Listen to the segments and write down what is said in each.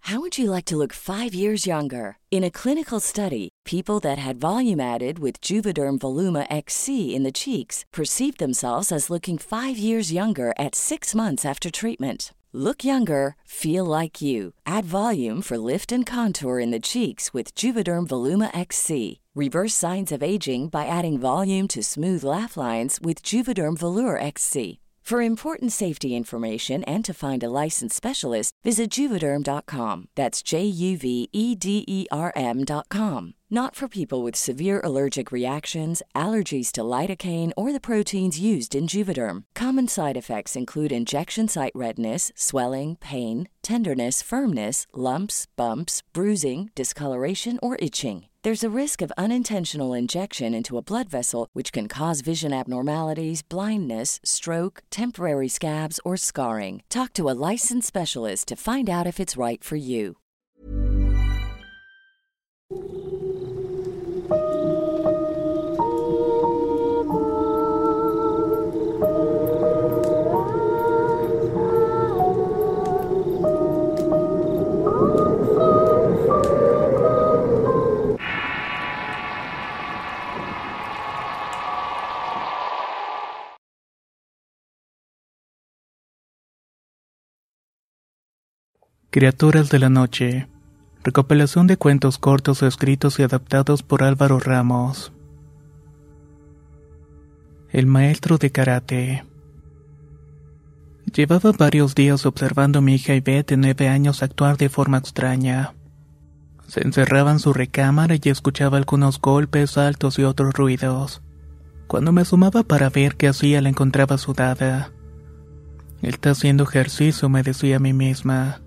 How would you like to look 5 years younger? In a clinical study, people that had volume added with Juvederm Voluma XC in the cheeks perceived themselves as looking 5 years younger at 6 months after treatment. Look younger, feel like you. Add volume for lift and contour in the cheeks with Juvederm Voluma XC. Reverse signs of aging by adding volume to smooth laugh lines with Juvederm Volure XC. For important safety information and to find a licensed specialist, visit Juvederm.com. That's JUVEDERM.com. Not for people with severe allergic reactions, allergies to lidocaine, or the proteins used in Juvederm. Common side effects include injection site redness, swelling, pain, tenderness, firmness, lumps, bumps, bruising, discoloration, or itching. There's a risk of unintentional injection into a blood vessel, which can cause vision abnormalities, blindness, stroke, temporary scabs, or scarring. Talk to a licensed specialist to find out if it's right for you. Criaturas de la noche. Recopilación de cuentos cortos escritos y adaptados por Álvaro Ramos. El maestro de karate. Llevaba varios días observando a mi hija Ivette de 9 años actuar de forma extraña. Se encerraba en su recámara y escuchaba algunos golpes, saltos y otros ruidos. Cuando me asomaba para ver qué hacía, la encontraba sudada. Está haciendo ejercicio, me decía a mí misma.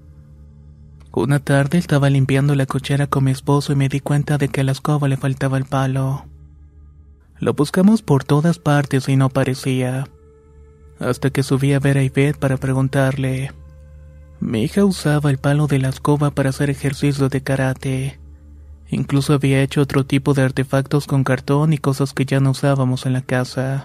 Una tarde estaba limpiando la cochera con mi esposo y me di cuenta de que a la escoba le faltaba el palo. Lo buscamos por todas partes y no aparecía. Hasta que subí a ver a Ivette para preguntarle. Mi hija usaba el palo de la escoba para hacer ejercicio de karate. Incluso había hecho otro tipo de artefactos con cartón y cosas que ya no usábamos en la casa.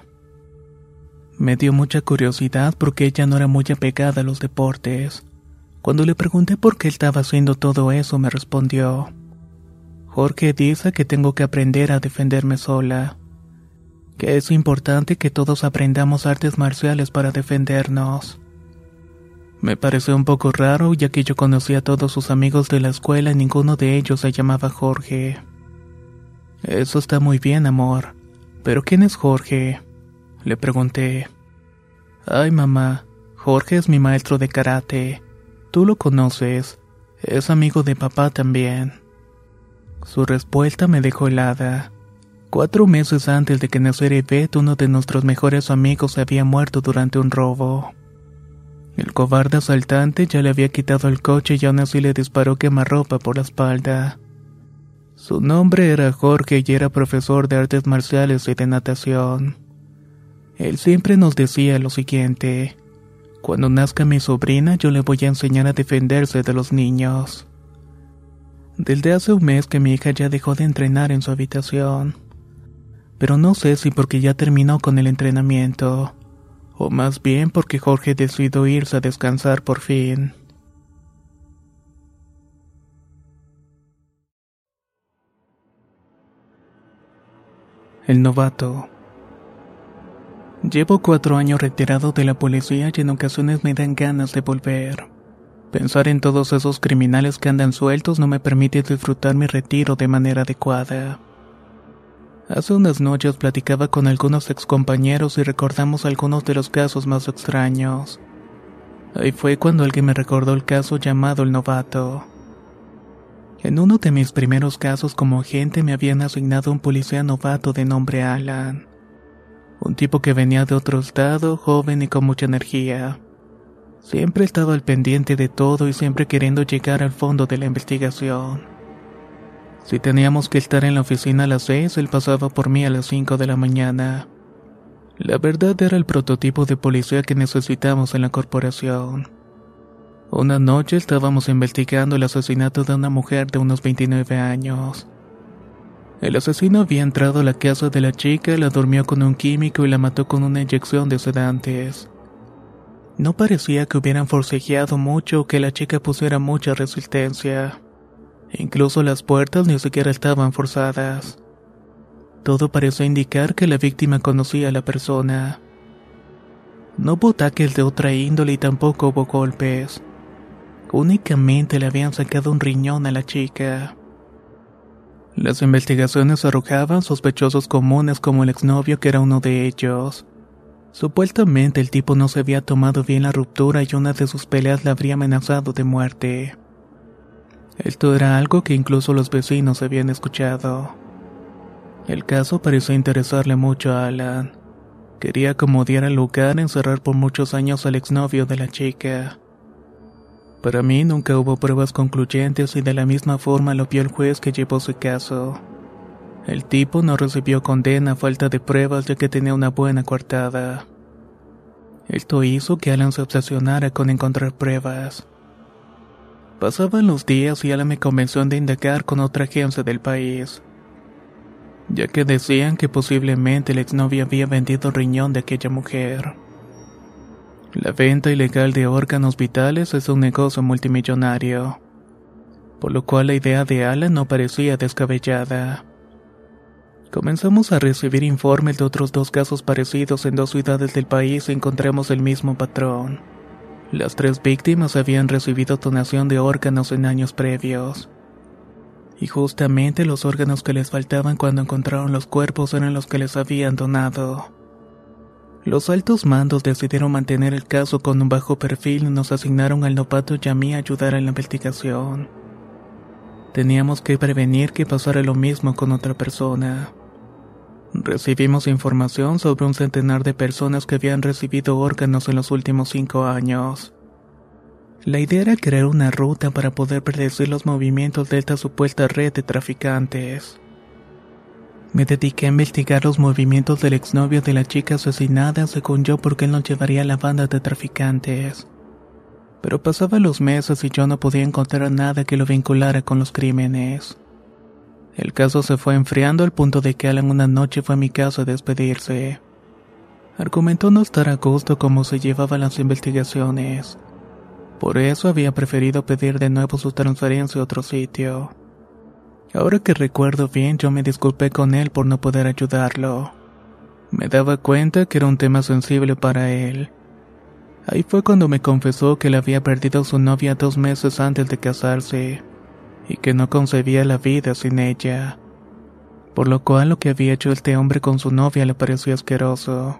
Me dio mucha curiosidad porque ella no era muy apegada a los deportes. Cuando le pregunté por qué estaba haciendo todo eso, me respondió: Jorge dice que tengo que aprender a defenderme sola, que es importante que todos aprendamos artes marciales para defendernos. Me pareció un poco raro, ya que yo conocía a todos sus amigos de la escuela y ninguno de ellos se llamaba Jorge. Eso está muy bien, amor, pero ¿quién es Jorge?, le pregunté. Ay, mamá, Jorge es mi maestro de karate. Tú lo conoces, es amigo de papá también. Su respuesta me dejó helada. 4 meses antes de que naciera Ivette, uno de nuestros mejores amigos había muerto durante un robo. El cobarde asaltante ya le había quitado el coche y aún así le disparó quemarropa por la espalda. Su nombre era Jorge y era profesor de artes marciales y de natación. Él siempre nos decía lo siguiente: cuando nazca mi sobrina, yo le voy a enseñar a defenderse de los niños. Desde hace un mes que mi hija ya dejó de entrenar en su habitación. Pero no sé si porque ya terminó con el entrenamiento, o más bien porque Jorge decidió irse a descansar por fin. El novato. Llevo 4 años retirado de la policía y en ocasiones me dan ganas de volver. Pensar en todos esos criminales que andan sueltos no me permite disfrutar mi retiro de manera adecuada. Hace unas noches platicaba con algunos excompañeros y recordamos algunos de los casos más extraños. Ahí fue cuando alguien me recordó el caso llamado El Novato. En uno de mis primeros casos como agente me habían asignado un policía novato de nombre Alan. Un tipo que venía de otro estado, joven y con mucha energía. Siempre estaba al pendiente de todo y siempre queriendo llegar al fondo de la investigación. Si teníamos que estar en la oficina a las 6, él pasaba por mí a las 5 de la mañana. La verdad era el prototipo de policía que necesitamos en la corporación. Una noche estábamos investigando el asesinato de una mujer de unos 29 años. El asesino había entrado a la casa de la chica, la durmió con un químico y la mató con una inyección de sedantes. No parecía que hubieran forcejeado mucho o que la chica pusiera mucha resistencia. Incluso las puertas ni siquiera estaban forzadas. Todo parecía indicar que la víctima conocía a la persona. No hubo ataques de otra índole y tampoco hubo golpes. Únicamente le habían sacado un riñón a la chica. Las investigaciones arrojaban sospechosos comunes como el exnovio, que era uno de ellos. Supuestamente el tipo no se había tomado bien la ruptura y una de sus peleas la habría amenazado de muerte. Esto era algo que incluso los vecinos habían escuchado. El caso parecía interesarle mucho a Alan. Quería acomodar al lugar, encerrar por muchos años al exnovio de la chica. Para mí nunca hubo pruebas concluyentes y de la misma forma lo vio el juez que llevó su caso. El tipo no recibió condena a falta de pruebas, ya que tenía una buena coartada. Esto hizo que Alan se obsesionara con encontrar pruebas. Pasaban los días y Alan me convenció de indagar con otra agencia del país, ya que decían que posiblemente el exnovio había vendido el riñón de aquella mujer. La venta ilegal de órganos vitales es un negocio multimillonario, por lo cual la idea de Alan no parecía descabellada. Comenzamos a recibir informes de otros 2 casos parecidos en 2 ciudades del país y encontramos el mismo patrón. Las 3 víctimas habían recibido donación de órganos en años previos. Y justamente los órganos que les faltaban cuando encontraron los cuerpos eran los que les habían donado. Los altos mandos decidieron mantener el caso con un bajo perfil y nos asignaron al novato y a mí a ayudar en la investigación. Teníamos que prevenir que pasara lo mismo con otra persona. Recibimos información sobre un centenar de personas que habían recibido órganos en los últimos 5 años. La idea era crear una ruta para poder predecir los movimientos de esta supuesta red de traficantes. Me dediqué a investigar los movimientos del exnovio de la chica asesinada, según yo, porque él nos llevaría a la banda de traficantes. Pero pasaban los meses y yo no podía encontrar nada que lo vinculara con los crímenes. El caso se fue enfriando al punto de que Alan una noche fue a mi casa a despedirse. Argumentó no estar a gusto como se llevaban las investigaciones. Por eso había preferido pedir de nuevo su transferencia a otro sitio. Ahora que recuerdo bien, yo me disculpé con él por no poder ayudarlo. Me daba cuenta que era un tema sensible para él. Ahí fue cuando me confesó que le había perdido a su novia 2 meses antes de casarse, y que no concebía la vida sin ella. Por lo cual lo que había hecho este hombre con su novia le pareció asqueroso.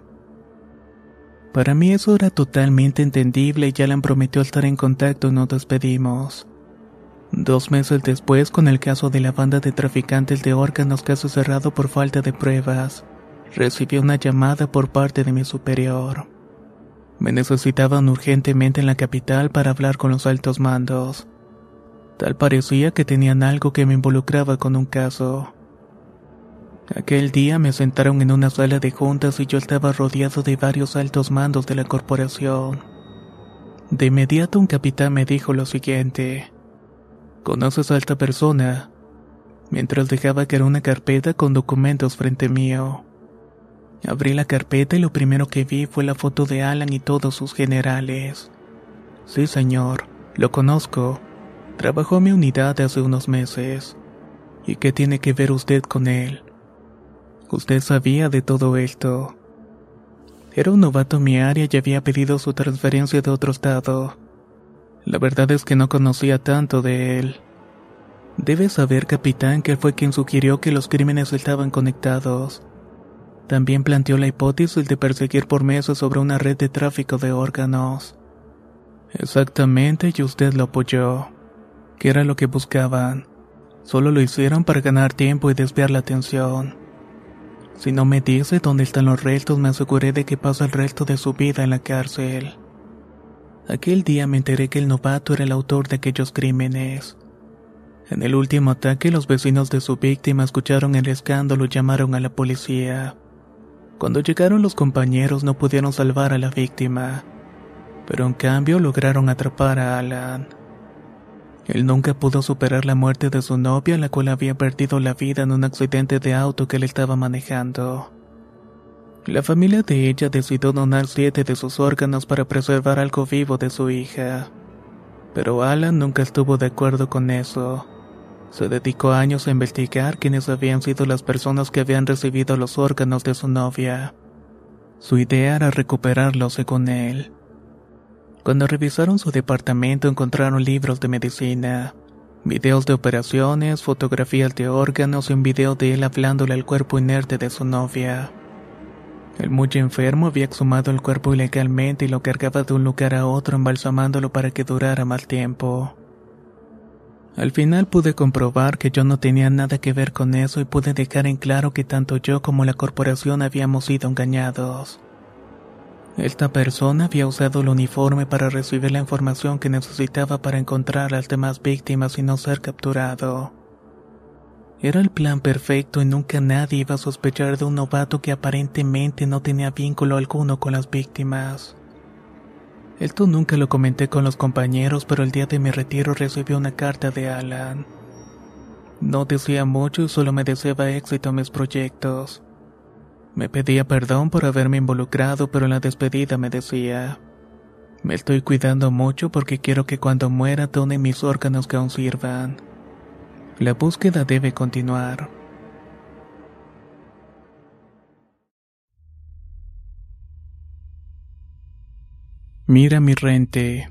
Para mí eso era totalmente entendible y Alan prometió estar en contacto y nos despedimos. 2 meses después, con el caso de la banda de traficantes de órganos casi cerrado por falta de pruebas, recibí una llamada por parte de mi superior. Me necesitaban urgentemente en la capital para hablar con los altos mandos. Tal parecía que tenían algo que me involucraba con un caso. Aquel día me sentaron en una sala de juntas y yo estaba rodeado de varios altos mandos de la corporación. De inmediato un capitán me dijo lo siguiente: ¿conoces a esta persona? Mientras dejaba caer una carpeta con documentos frente mío. Abrí la carpeta y lo primero que vi fue la foto de Alan y todos sus generales. Sí, señor, lo conozco. Trabajó en mi unidad hace unos meses. ¿Y qué tiene que ver usted con él? Usted sabía de todo esto. Era un novato en mi área y había pedido su transferencia de otro estado. La verdad es que no conocía tanto de él. Debe saber, capitán, que él fue quien sugirió que los crímenes estaban conectados. También planteó la hipótesis de perseguir por meses sobre una red de tráfico de órganos. Exactamente, y usted lo apoyó. ¿Qué era lo que buscaban? Solo lo hicieron para ganar tiempo y desviar la atención. Si no me dice dónde están los restos, me aseguré de que pasa el resto de su vida en la cárcel. Aquel día me enteré que el novato era el autor de aquellos crímenes. En el último ataque, los vecinos de su víctima escucharon el escándalo y llamaron a la policía. Cuando llegaron los compañeros no pudieron salvar a la víctima, pero en cambio lograron atrapar a Alan. Él nunca pudo superar la muerte de su novia, la cual había perdido la vida en un accidente de auto que él estaba manejando. La familia de ella decidió donar 7 de sus órganos para preservar algo vivo de su hija. Pero Alan nunca estuvo de acuerdo con eso. Se dedicó años a investigar quiénes habían sido las personas que habían recibido los órganos de su novia. Su idea era recuperarlos según él. Cuando revisaron su departamento encontraron libros de medicina, videos de operaciones, fotografías de órganos y un video de él hablándole al cuerpo inerte de su novia. El muy enfermo había exhumado el cuerpo ilegalmente y lo cargaba de un lugar a otro embalsamándolo para que durara más tiempo. Al final pude comprobar que yo no tenía nada que ver con eso y pude dejar en claro que tanto yo como la corporación habíamos sido engañados. Esta persona había usado el uniforme para recibir la información que necesitaba para encontrar a las demás víctimas y no ser capturado. Era el plan perfecto y nunca nadie iba a sospechar de un novato que aparentemente no tenía vínculo alguno con las víctimas. Esto nunca lo comenté con los compañeros, pero el día de mi retiro recibí una carta de Alan. No decía mucho y solo me deseaba éxito en mis proyectos. Me pedía perdón por haberme involucrado, pero en la despedida me decía: me estoy cuidando mucho porque quiero que cuando muera donen mis órganos que aún sirvan. La búsqueda debe continuar. Mira mi rente.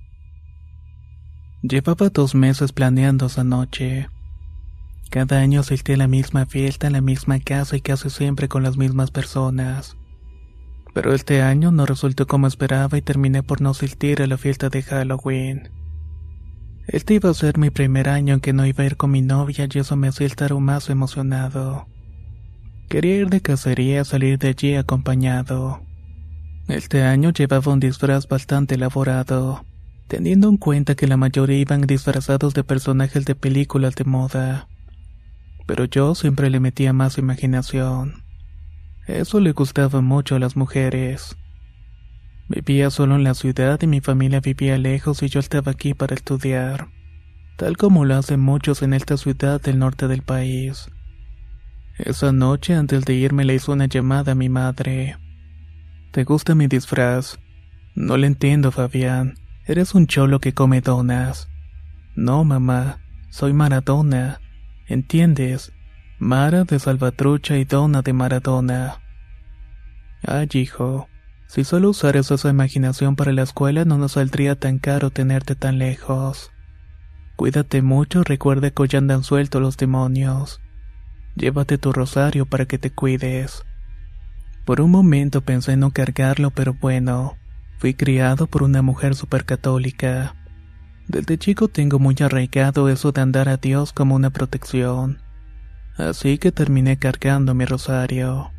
Llevaba 2 meses planeando esa noche. Cada año asistí a la misma fiesta en la misma casa y casi siempre con las mismas personas. Pero este año no resultó como esperaba y terminé por no asistir a la fiesta de Halloween. Este iba a ser mi primer año en que no iba a ir con mi novia y eso me hacía estar aún más emocionado. Quería ir de cacería, salir de allí acompañado. Este año llevaba un disfraz bastante elaborado, teniendo en cuenta que la mayoría iban disfrazados de personajes de películas de moda. Pero yo siempre le metía más imaginación. Eso le gustaba mucho a las mujeres. Vivía solo en la ciudad y mi familia vivía lejos y yo estaba aquí para estudiar, tal como lo hacen muchos en esta ciudad del norte del país. Esa noche antes de irme le hice una llamada a mi madre. ¿Te gusta mi disfraz? No le entiendo, Fabián. Eres un cholo que come donas. No, mamá, soy Maradona. ¿Entiendes? Mara de Salvatrucha y Dona de Maradona. Ay, hijo. Si solo usaras esa imaginación para la escuela no nos saldría tan caro tenerte tan lejos. Cuídate mucho, recuerda que hoy andan sueltos los demonios. Llévate tu rosario para que te cuides. Por un momento pensé en no cargarlo, pero bueno, fui criado por una mujer supercatólica. Desde chico tengo muy arraigado eso de andar a Dios como una protección. Así que terminé cargando mi rosario.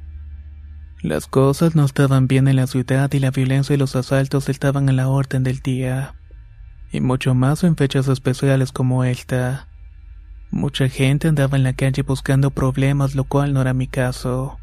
Las cosas no estaban bien en la ciudad y la violencia y los asaltos estaban a la orden del día. Y mucho más en fechas especiales como esta. Mucha gente andaba en la calle buscando problemas, lo cual no era mi caso.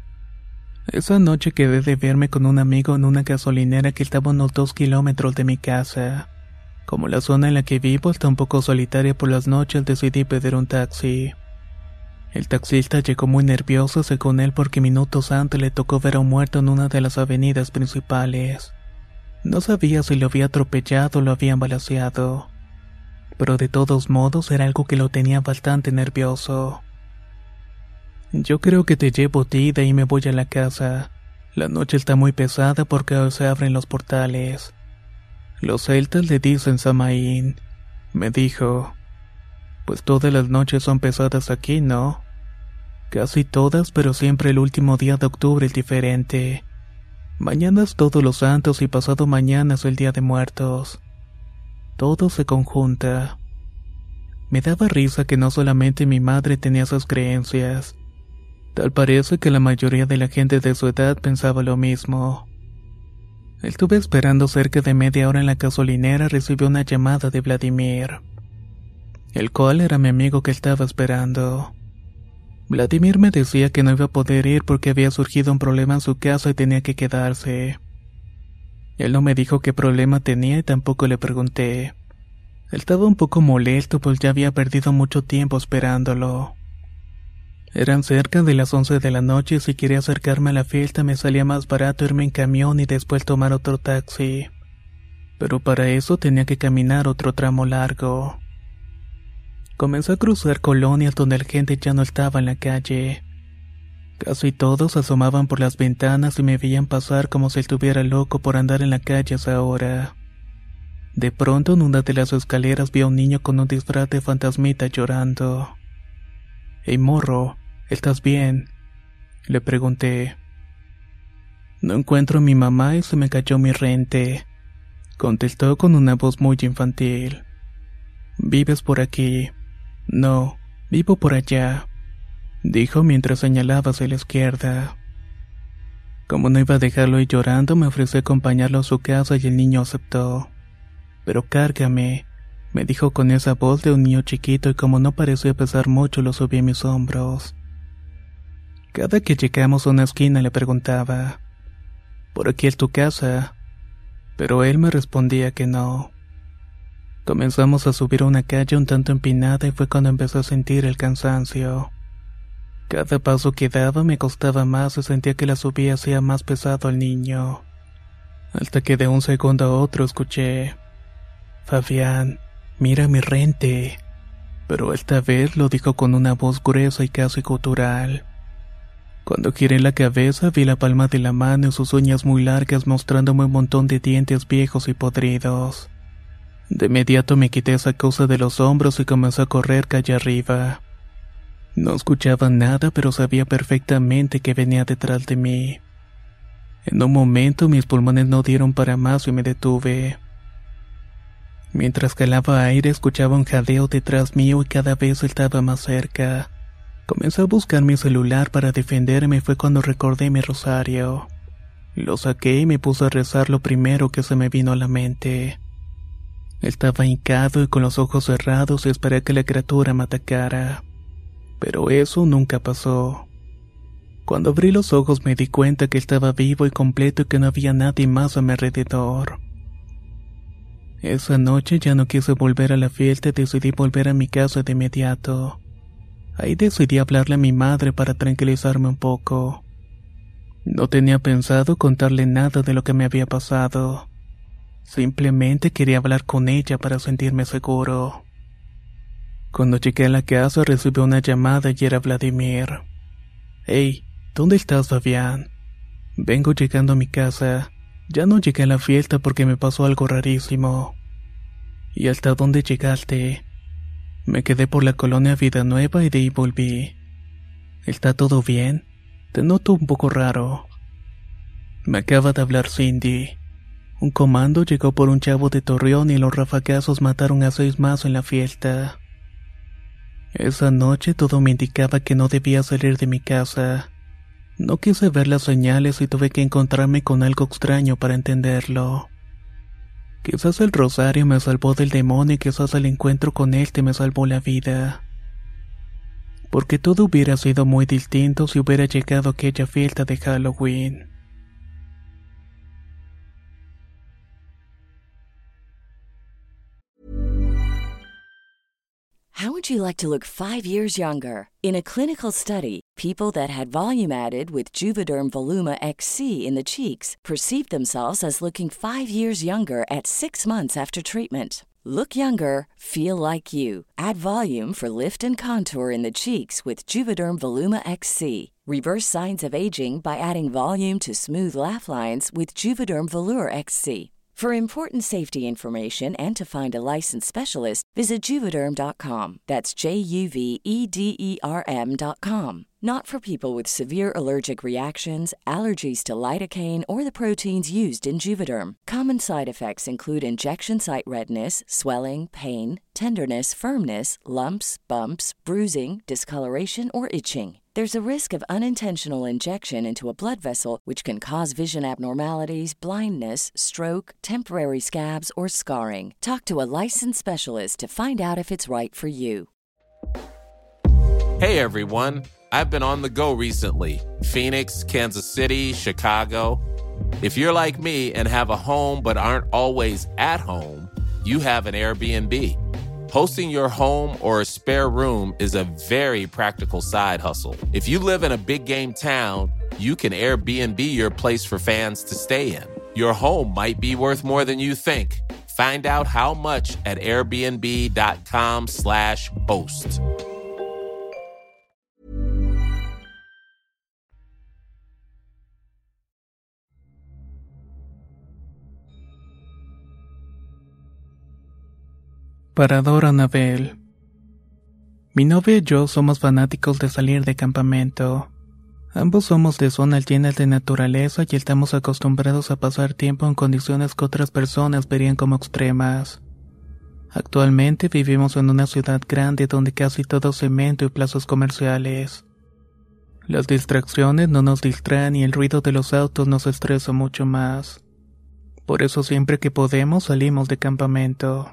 Esa noche quedé de verme con un amigo en una gasolinera que estaba a unos 2 kilómetros de mi casa. Como la zona en la que vivo está un poco solitaria por las noches, decidí pedir un taxi. El taxista llegó muy nervioso según él porque minutos antes le tocó ver a un muerto en una de las avenidas principales. No sabía si lo había atropellado o lo habían balaceado. Pero de todos modos era algo que lo tenía bastante nervioso. Yo creo que te llevo a ti y de ahí me voy a la casa. La noche está muy pesada porque hoy se abren los portales. Los celtas le dicen Samaín. Me dijo. Pues todas las noches son pesadas aquí, ¿no? Casi todas, pero siempre el último día de octubre es diferente. Mañana es Todos los Santos y pasado mañana es el Día de Muertos. Todo se conjunta. Me daba risa que no solamente mi madre tenía esas creencias. Tal parece que la mayoría de la gente de su edad pensaba lo mismo. Estuve esperando cerca de media hora en la gasolinera y recibí una llamada de Vladimir, el cual era mi amigo que estaba esperando. Vladimir me decía que no iba a poder ir porque había surgido un problema en su casa y tenía que quedarse. Él no me dijo qué problema tenía y tampoco le pregunté. Estaba un poco molesto pues ya había perdido mucho tiempo esperándolo. Eran cerca de las 11 de la noche y si quería acercarme a la fiesta me salía más barato irme en camión y después tomar otro taxi. Pero para eso tenía que caminar otro tramo largo. Comencé a cruzar colonias donde la gente ya no estaba en la calle. Casi todos asomaban por las ventanas y me veían pasar como si estuviera loco por andar en la calle a esa hora. De pronto en una de las escaleras vi a un niño con un disfraz de fantasmita llorando. «Hey morro, ¿estás bien?», le pregunté. «No encuentro a mi mamá y se me cayó mi rente», contestó con una voz muy infantil. «¿Vives por aquí?». «No, vivo por allá», dijo mientras señalaba hacia la izquierda. Como no iba a dejarlo ir llorando, me ofrecí a acompañarlo a su casa y el niño aceptó. «Pero cárgame», me dijo con esa voz de un niño chiquito y como no parecía pesar mucho lo subí a mis hombros. Cada que llegamos a una esquina le preguntaba, «¿Por aquí es tu casa?», pero él me respondía que no. Comenzamos a subir una calle un tanto empinada y fue cuando empecé a sentir el cansancio. Cada paso que daba me costaba más y sentía que la subida hacía más pesado al niño. Hasta que de un segundo a otro escuché, «Fabián, mira mi rente», pero esta vez lo dijo con una voz gruesa y casi gutural. Cuando giré la cabeza vi la palma de la mano y sus uñas muy largas mostrándome un montón de dientes viejos y podridos. De inmediato me quité esa cosa de los hombros y comencé a correr calle arriba. No escuchaba nada, pero sabía perfectamente que venía detrás de mí. En un momento mis pulmones no dieron para más y me detuve. Mientras jalaba aire escuchaba un jadeo detrás mío y cada vez estaba más cerca. Comencé a buscar mi celular para defenderme y fue cuando recordé mi rosario. Lo saqué y me puse a rezar lo primero que se me vino a la mente. Estaba hincado y con los ojos cerrados y esperé que la criatura me atacara. Pero eso nunca pasó. Cuando abrí los ojos me di cuenta que estaba vivo y completo y que no había nadie más a mi alrededor. Esa noche ya no quise volver a la fiesta y decidí volver a mi casa de inmediato. Ahí decidí hablarle a mi madre para tranquilizarme un poco. No tenía pensado contarle nada de lo que me había pasado. Simplemente quería hablar con ella para sentirme seguro. Cuando llegué a la casa recibí una llamada y era Vladimir. «Hey, ¿dónde estás, Fabián?» «Vengo llegando a mi casa. Ya no llegué a la fiesta porque me pasó algo rarísimo». «¿Y hasta dónde llegaste?» «Me quedé por la colonia Vida Nueva y de ahí volví». «¿Está todo bien? Te noto un poco raro». «Me acaba de hablar Cindy. Un comando llegó por un chavo de Torreón y los rafagazos mataron a 6 más en la fiesta. Esa noche todo me indicaba que no debía salir de mi casa. No quise ver las señales y tuve que encontrarme con algo extraño para entenderlo. Quizás el rosario me salvó del demonio y quizás el encuentro con él me salvó la vida. Porque todo hubiera sido muy distinto si hubiera llegado a aquella fiesta de Halloween. How would you like to look 5 years younger? In a clinical study, people that had volume added with Juvederm Voluma XC in the cheeks perceived themselves as looking 5 years younger at 6 months after treatment. Look younger, feel like you. Add volume for lift and contour in the cheeks with Juvederm Voluma XC. Reverse signs of aging by adding volume to smooth laugh lines with Juvederm Volure XC. For important safety information and to find a licensed specialist, visit Juvederm.com. That's JUVEDERM.com. Not for people with severe allergic reactions, allergies to lidocaine, or the proteins used in Juvederm. Common side effects include injection site redness, swelling, pain, tenderness, firmness, lumps, bumps, bruising, discoloration, or itching. There's a risk of unintentional injection into a blood vessel, which can cause vision abnormalities, blindness, stroke, temporary scabs, or scarring. Talk to a licensed specialist to find out if it's right for you. Hey everyone, I've been on the go recently. Phoenix, Kansas City, Chicago. If you're like me and have a home but aren't always at home, you have an Airbnb. Hosting your home or a spare room is a very practical side hustle. If you live in a big game town, you can Airbnb your place for fans to stay in. Your home might be worth more than you think. Find out how much at airbnb.com/host. Parador Anabel. Mi novia y yo somos fanáticos de salir de campamento. Ambos somos de zonas llenas de naturaleza y estamos acostumbrados a pasar tiempo en condiciones que otras personas verían como extremas. Actualmente vivimos en una ciudad grande donde casi todo es cemento y plazas comerciales. Las distracciones no nos distraen y el ruido de los autos nos estresa mucho más. Por eso siempre que podemos salimos de campamento.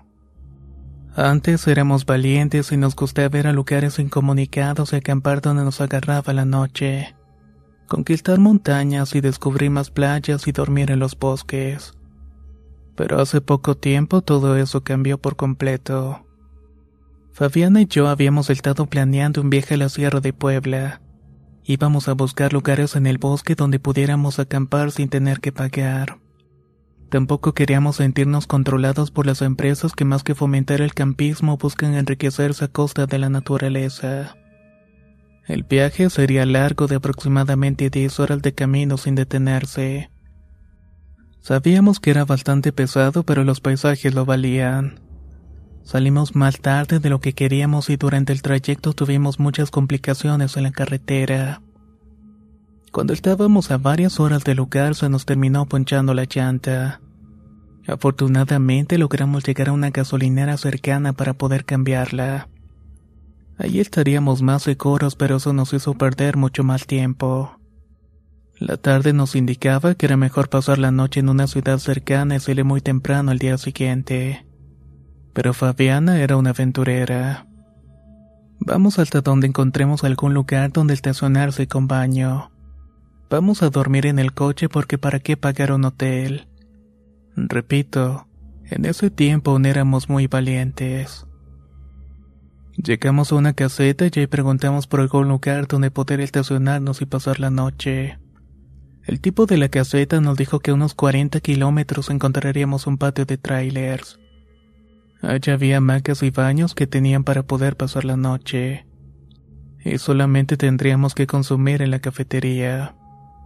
Antes éramos valientes y nos gustaba ir a lugares incomunicados y acampar donde nos agarraba la noche. Conquistar montañas y descubrir más playas y dormir en los bosques. Pero hace poco tiempo todo eso cambió por completo. Fabiana y yo habíamos estado planeando un viaje a la Sierra de Puebla. Íbamos a buscar lugares en el bosque donde pudiéramos acampar sin tener que pagar. Tampoco queríamos sentirnos controlados por las empresas que más que fomentar el campismo buscan enriquecerse a costa de la naturaleza. El viaje sería largo de aproximadamente 10 horas de camino sin detenerse. Sabíamos que era bastante pesado, pero los paisajes lo valían. Salimos más tarde de lo que queríamos y durante el trayecto tuvimos muchas complicaciones en la carretera. Cuando estábamos a varias horas del lugar se nos terminó ponchando la llanta. Afortunadamente logramos llegar a una gasolinera cercana para poder cambiarla. Allí estaríamos más seguros, pero eso nos hizo perder mucho más tiempo. La tarde nos indicaba que era mejor pasar la noche en una ciudad cercana y salir muy temprano al día siguiente. Pero Fabiana era una aventurera. Vamos hasta donde encontremos algún lugar donde estacionarse con baño. Vamos a dormir en el coche porque ¿para qué pagar un hotel? Repito, en ese tiempo aún éramos muy valientes. Llegamos a una caseta y ahí preguntamos por algún lugar donde poder estacionarnos y pasar la noche. El tipo de la caseta nos dijo que a unos 40 kilómetros encontraríamos un patio de trailers. Allí había hamacas y baños que tenían para poder pasar la noche. Y solamente tendríamos que consumir en la cafetería.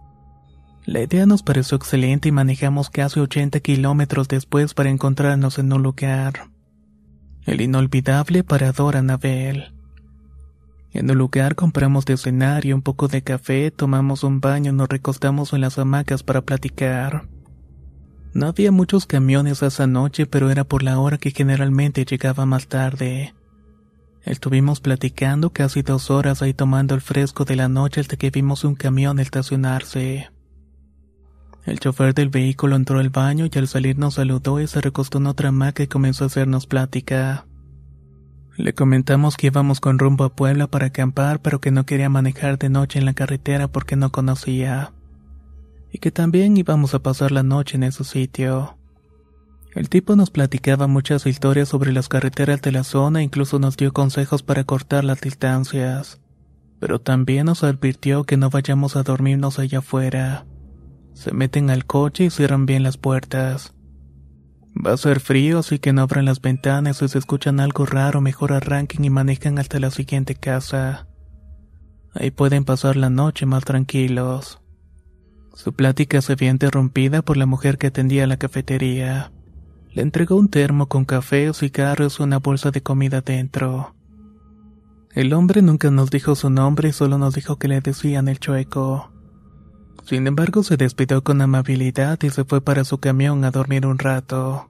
La idea nos pareció excelente y manejamos casi 80 kilómetros después para encontrarnos en un lugar. El inolvidable Parador Anabel. En el lugar compramos de cenar y un poco de café, tomamos un baño y nos recostamos en las hamacas para platicar. No había muchos camiones esa noche, pero era por la hora que generalmente llegaba más tarde. Estuvimos platicando casi 2 horas ahí tomando el fresco de la noche hasta que vimos un camión estacionarse. El chofer del vehículo entró al baño y al salir nos saludó y se recostó en otra hamaca y comenzó a hacernos plática. Le comentamos que íbamos con rumbo a Puebla para acampar, pero que no quería manejar de noche en la carretera porque no conocía. Y que también íbamos a pasar la noche en ese sitio. El tipo nos platicaba muchas historias sobre las carreteras de la zona e incluso nos dio consejos para cortar las distancias. Pero también nos advirtió que no vayamos a dormirnos allá afuera. Se meten al coche y cierran bien las puertas. Va a ser frío, así que no abran las ventanas y si escuchan algo raro mejor arranquen y manejan hasta la siguiente casa. Ahí pueden pasar la noche más tranquilos. Su plática se vio interrumpida por la mujer que atendía la cafetería. Le entregó un termo con café, cigarros y una bolsa de comida dentro. El hombre nunca nos dijo su nombre y solo nos dijo que le decían el Chueco. Sin embargo, se despidió con amabilidad y se fue para su camión a dormir un rato.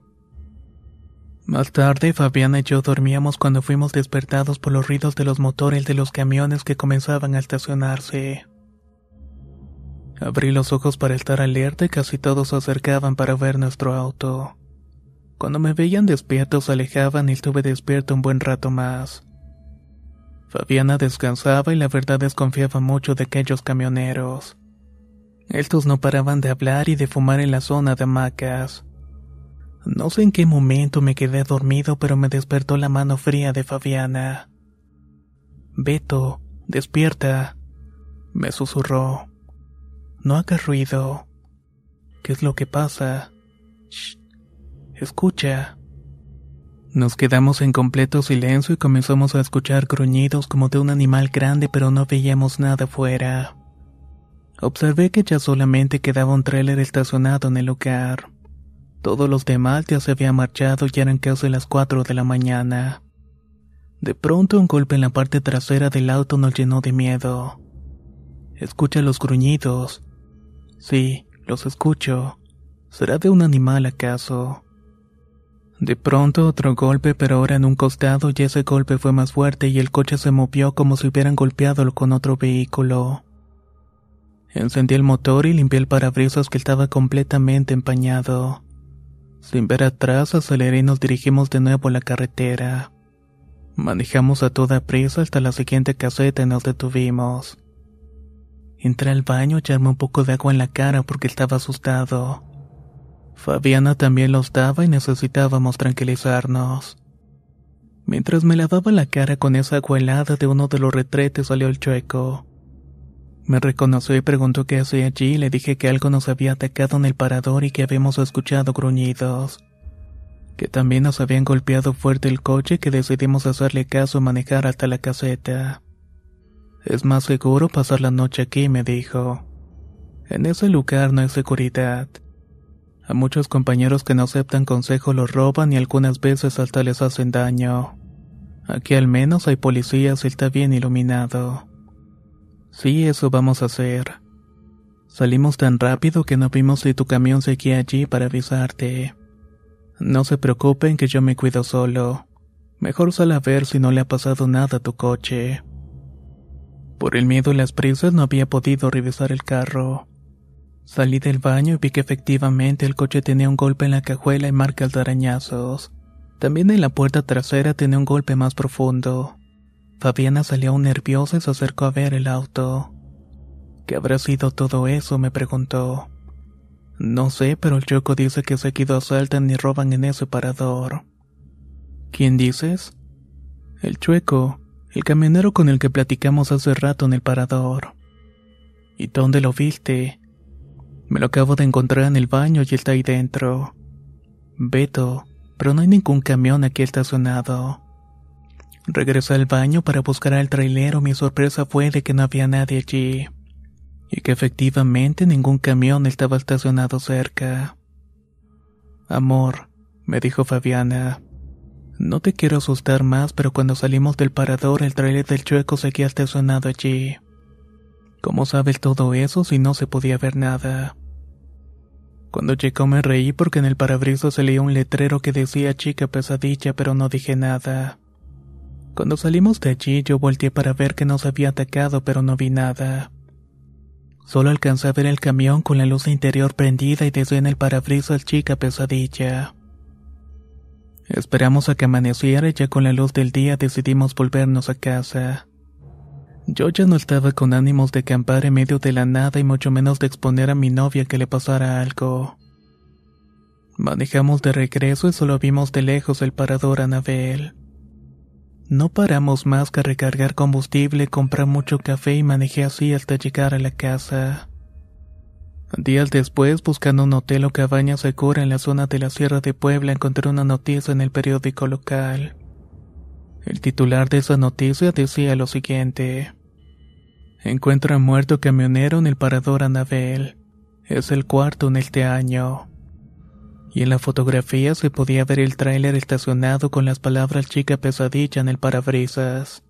Más tarde, Fabiana y yo dormíamos cuando fuimos despertados por los ruidos de los motores de los camiones que comenzaban a estacionarse. Abrí los ojos para estar alerta y casi todos se acercaban para ver nuestro auto. Cuando me veían despierto se alejaban y estuve despierto un buen rato más. Fabiana descansaba y la verdad desconfiaba mucho de aquellos camioneros. Estos no paraban de hablar y de fumar en la zona de hamacas. No sé en qué momento me quedé dormido, pero me despertó la mano fría de Fabiana. «Beto, despierta», me susurró. «No hagas ruido». «¿Qué es lo que pasa?» «Shh, escucha». Nos quedamos en completo silencio y comenzamos a escuchar gruñidos como de un animal grande, pero no veíamos nada afuera. Observé que ya solamente quedaba un tráiler estacionado en el lugar. Todos los demás ya se habían marchado y eran casi las 4 de la mañana. De pronto un golpe en la parte trasera del auto nos llenó de miedo. «Escucha los gruñidos». «Sí, los escucho. ¿Será de un animal acaso?» De pronto otro golpe, pero ahora en un costado, y ese golpe fue más fuerte y el coche se movió como si hubieran golpeado con otro vehículo. Encendí el motor y limpié el parabrisas que estaba completamente empañado. Sin ver atrás, aceleré y nos dirigimos de nuevo a la carretera. Manejamos a toda prisa hasta la siguiente caseta y nos detuvimos. Entré al baño y echarme un poco de agua en la cara porque estaba asustado. Fabiana también lo estaba y necesitábamos tranquilizarnos. Mientras me lavaba la cara con esa agua helada, de uno de los retretes salió el Chueco. Me reconoció y preguntó qué hacía allí y le dije que algo nos había atacado en el parador y que habíamos escuchado gruñidos. Que también nos habían golpeado fuerte el coche y que decidimos hacerle caso y manejar hasta la caseta. «Es más seguro pasar la noche aquí», me dijo. «En ese lugar no hay seguridad. A muchos compañeros que no aceptan consejo los roban y algunas veces hasta les hacen daño. Aquí al menos hay policías y está bien iluminado». «Sí, eso vamos a hacer». Salimos tan rápido que no vimos si tu camión seguía allí para avisarte. «No se preocupen que yo me cuido solo. Mejor sal a ver si no le ha pasado nada a tu coche». Por el miedo y las prisas no había podido revisar el carro. Salí del baño y vi que efectivamente el coche tenía un golpe en la cajuela y marcas de arañazos. También en la puerta trasera tenía un golpe más profundo. Fabiana salió aún nerviosa y se acercó a ver el auto. «¿Qué habrá sido todo eso?», me preguntó. «No sé, pero el Choco dice que seguido asaltan y roban en ese parador». «¿Quién dices?» «El Chueco, el camionero con el que platicamos hace rato en el parador». «¿Y dónde lo viste?» «Me lo acabo de encontrar en el baño y está ahí dentro». «Beto, pero no hay ningún camión aquí estacionado». Regresé al baño para buscar al trailero. Mi sorpresa fue de que no había nadie allí, y que efectivamente ningún camión estaba estacionado cerca. «Amor», me dijo Fabiana, «no te quiero asustar más, pero cuando salimos del parador el trailer del Chueco seguía estacionado allí. ¿Cómo sabes todo eso si no se podía ver nada?» Cuando llegó me reí porque en el parabrisas se leía un letrero que decía «Chica pesadilla», pero no dije nada. Cuando salimos de allí yo volteé para ver que nos había atacado, pero no vi nada. Solo alcancé a ver el camión con la luz interior prendida y desde en el parabrisas «Chica pesadilla». Esperamos a que amaneciera y ya con la luz del día decidimos volvernos a casa. Yo ya no estaba con ánimos de acampar en medio de la nada y mucho menos de exponer a mi novia que le pasara algo. Manejamos de regreso y solo vimos de lejos el parador Anabel. No paramos más que a recargar combustible, comprar mucho café y manejé así hasta llegar a la casa. Días después, buscando un hotel o cabaña segura en la zona de la Sierra de Puebla, encontré una noticia en el periódico local. El titular de esa noticia decía lo siguiente: «Encuentran muerto camionero en el parador Anabel. Es el cuarto en este año». Y en la fotografía se podía ver el tráiler estacionado con las palabras «Chica pesadilla» en el parabrisas.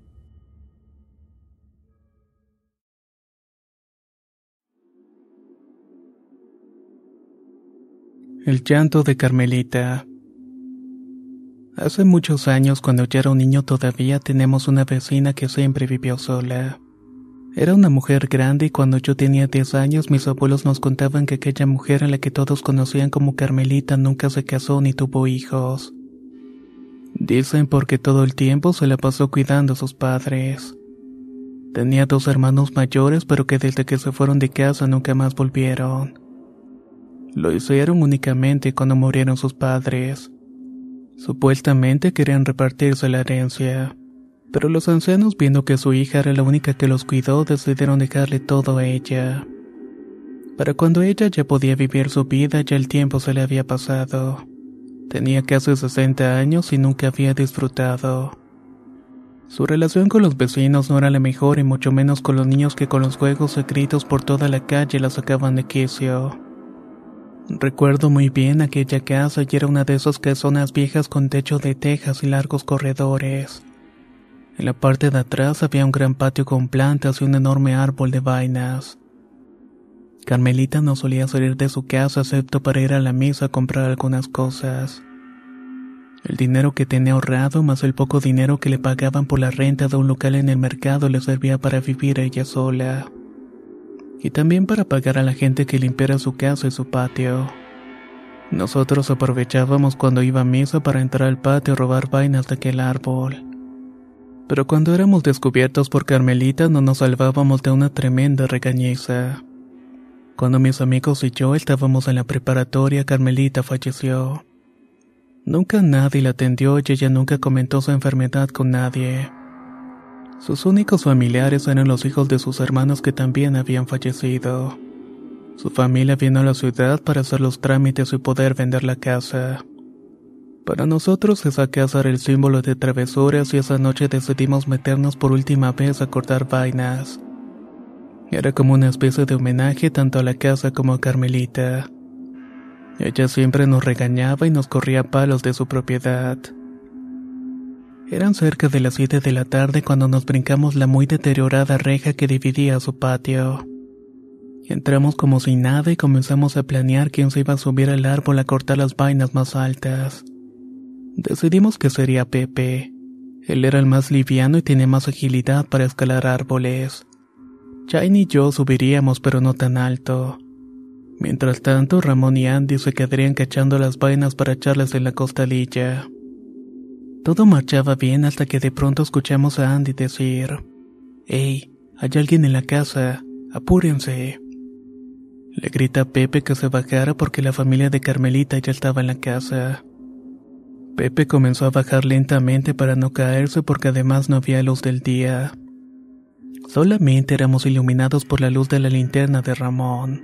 El llanto de Carmelita. Hace muchos años, cuando yo era un niño todavía, tenemos una vecina que siempre vivió sola. Era una mujer grande y cuando yo tenía 10 años mis abuelos nos contaban que aquella mujer a la que todos conocían como Carmelita nunca se casó ni tuvo hijos. Dicen porque todo el tiempo se la pasó cuidando a sus padres. Tenía 2 hermanos mayores pero que desde que se fueron de casa nunca más volvieron. Lo hicieron únicamente cuando murieron sus padres. Supuestamente querían repartirse la herencia, pero los ancianos, viendo que su hija era la única que los cuidó, decidieron dejarle todo a ella. Para cuando ella ya podía vivir su vida, ya el tiempo se le había pasado. Tenía casi 60 años y nunca había disfrutado. Su relación con los vecinos no era la mejor, y mucho menos con los niños que con los juegos y gritos por toda la calle la sacaban de quicio. Recuerdo muy bien aquella casa, y era una de esas casonas viejas con techo de tejas y largos corredores. En la parte de atrás había un gran patio con plantas y un enorme árbol de vainas. Carmelita no solía salir de su casa excepto para ir a la misa a comprar algunas cosas. El dinero que tenía ahorrado, más el poco dinero que le pagaban por la renta de un local en el mercado, le servía para vivir ella sola. Y también para pagar a la gente que limpiara su casa y su patio. Nosotros aprovechábamos cuando iba a misa para entrar al patio y robar vainas de aquel árbol. Pero cuando éramos descubiertos por Carmelita no nos salvábamos de una tremenda regañiza. Cuando mis amigos y yo estábamos en la preparatoria, Carmelita falleció. Nunca nadie la atendió y ella nunca comentó su enfermedad con nadie. Sus únicos familiares eran los hijos de sus hermanos que también habían fallecido. Su familia vino a la ciudad para hacer los trámites y poder vender la casa. Para nosotros esa casa era el símbolo de travesuras y esa noche decidimos meternos por última vez a cortar vainas. Era como una especie de homenaje tanto a la casa como a Carmelita. Ella siempre nos regañaba y nos corría a palos de su propiedad. Eran cerca de las 7 de la tarde cuando nos brincamos la muy deteriorada reja que dividía su patio. Entramos como si nada y comenzamos a planear quién se iba a subir al árbol a cortar las vainas más altas. Decidimos que sería Pepe. Él era el más liviano y tenía más agilidad para escalar árboles. Jane y yo subiríamos, pero no tan alto. Mientras tanto, Ramón y Andy se quedarían cachando las vainas para echarlas en la costalilla. Todo marchaba bien hasta que de pronto escuchamos a Andy decir: «¡Hey! Hay alguien en la casa, apúrense». Le grita a Pepe que se bajara porque la familia de Carmelita ya estaba en la casa. Pepe comenzó a bajar lentamente para no caerse porque además no había luz del día. Solamente éramos iluminados por la luz de la linterna de Ramón.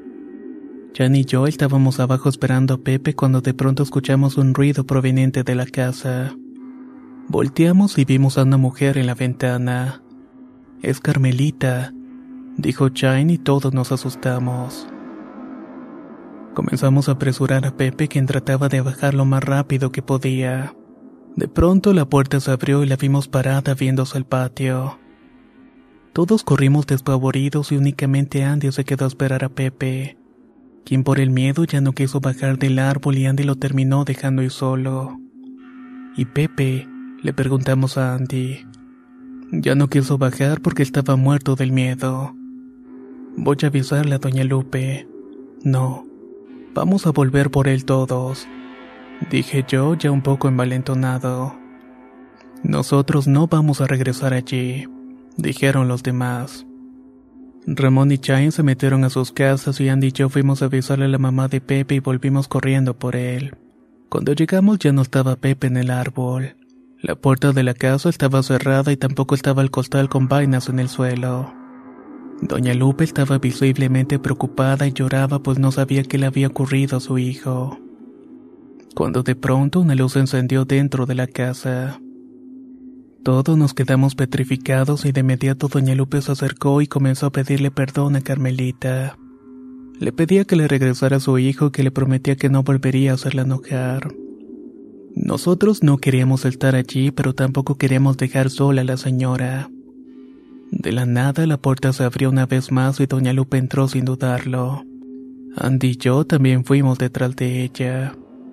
Jan y yo estábamos abajo esperando a Pepe cuando de pronto escuchamos un ruido proveniente de la casa. Volteamos y vimos a una mujer en la ventana. «Es Carmelita», dijo Jane y todos nos asustamos. Comenzamos a apresurar a Pepe, quien trataba de bajar lo más rápido que podía. De pronto la puerta se abrió y la vimos parada viéndose al patio. Todos corrimos despavoridos y únicamente Andy se quedó a esperar a Pepe, quien por el miedo ya no quiso bajar del árbol y Andy lo terminó dejando ir solo. ¿Y Pepe?, le preguntamos a Andy. Ya no quiso bajar porque estaba muerto del miedo. Voy a avisarle a doña Lupe. No, vamos a volver por él todos, dije yo ya un poco envalentonado. Nosotros no vamos a regresar allí, dijeron los demás. Ramón y Jane se metieron a sus casas y Andy y yo fuimos a avisarle a la mamá de Pepe y volvimos corriendo por él. Cuando llegamos ya no estaba Pepe en el árbol. La puerta de la casa estaba cerrada y tampoco estaba el costal con vainas en el suelo. Doña Lupe estaba visiblemente preocupada y lloraba pues no sabía qué le había ocurrido a su hijo. Cuando de pronto una luz se encendió dentro de la casa. Todos nos quedamos petrificados y de inmediato doña Lupe se acercó y comenzó a pedirle perdón a Carmelita. Le pedía que le regresara a su hijo y que le prometía que no volvería a hacerla enojar. Nosotros no queríamos estar allí, pero tampoco queríamos dejar sola a la señora. De la nada la puerta se abrió una vez más y doña Lupe entró sin dudarlo. Andy y yo también fuimos detrás de ella.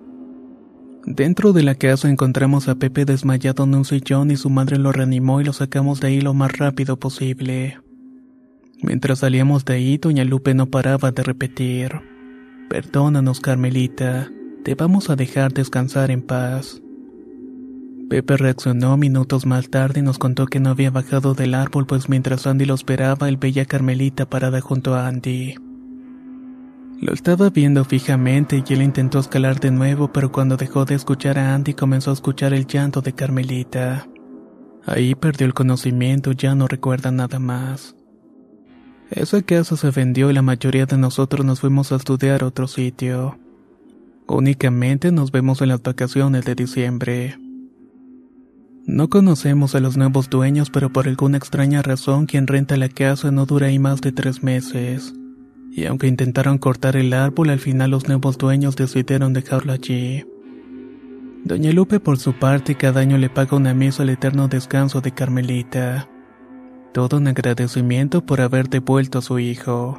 Dentro de la casa encontramos a Pepe desmayado en un sillón y su madre lo reanimó y lo sacamos de ahí lo más rápido posible. Mientras salíamos de ahí, doña Lupe no paraba de repetir: «Perdónanos, Carmelita, te vamos a dejar descansar en paz». Pepe reaccionó minutos más tarde y nos contó que no había bajado del árbol pues mientras Andy lo esperaba él veía a Carmelita parada junto a Andy. Lo estaba viendo fijamente y él intentó escalar de nuevo, pero cuando dejó de escuchar a Andy comenzó a escuchar el llanto de Carmelita. Ahí perdió el conocimiento y ya no recuerda nada más. Esa casa se vendió y la mayoría de nosotros nos fuimos a estudiar a otro sitio. Únicamente nos vemos en las vacaciones de diciembre. No conocemos a los nuevos dueños, pero por alguna extraña razón quien renta la casa no dura ahí más de 3 meses. Y aunque intentaron cortar el árbol, al final los nuevos dueños decidieron dejarlo allí. Doña Lupe por su parte cada año le paga una misa al eterno descanso de Carmelita. Todo un agradecimiento por haber devuelto a su hijo.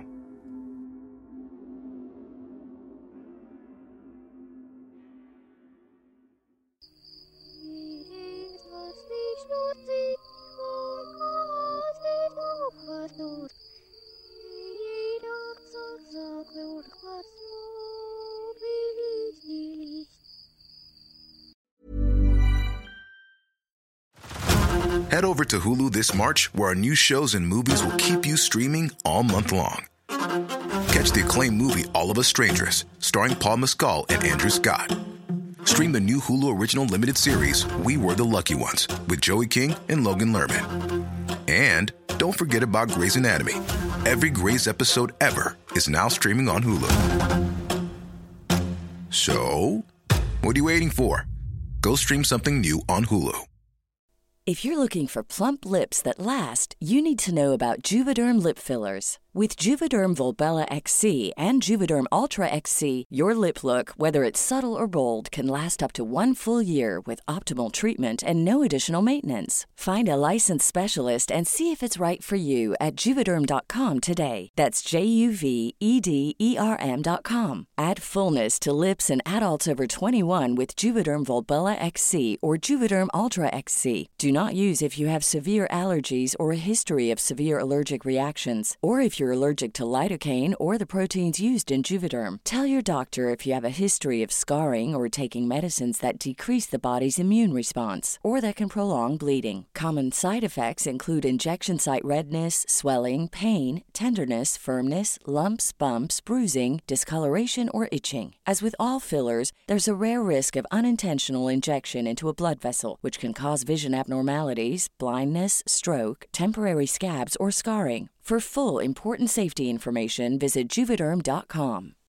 Head over to Hulu this March, where our new shows and movies will keep you streaming all month long. Catch the acclaimed movie All of Us Strangers, starring Paul Mescal and Andrew Scott. Stream the new Hulu original limited series We Were the Lucky Ones with Joey King and Logan Lerman. And don't forget about Grey's Anatomy. Every Grey's episode ever is now streaming on Hulu. So, what are you waiting for? Go stream something new on Hulu. If you're looking for plump lips that last, you need to know about Juvederm lip fillers. With Juvederm Volbella XC and Juvederm Ultra XC, your lip look, whether it's subtle or bold, can last up to 1 full year with optimal treatment and no additional maintenance. Find a licensed specialist and see if it's right for you at Juvederm.com today. That's JUVEDERM.com. Add fullness to lips in adults over 21 with Juvederm Volbella XC or Juvederm Ultra XC. Do not use if you have severe allergies or a history of severe allergic reactions, or if you're allergic to lidocaine or the proteins used in Juvederm. Tell your doctor if you have a history of scarring or taking medicines that decrease the body's immune response or that can prolong bleeding. Common side effects include injection site redness, swelling, pain, tenderness, firmness, lumps, bumps, bruising, discoloration, or itching. As with all fillers, there's a rare risk of unintentional injection into a blood vessel, which can cause vision abnormalities, blindness, stroke, temporary scabs, or scarring. For full, important safety information, visit Juvederm.com.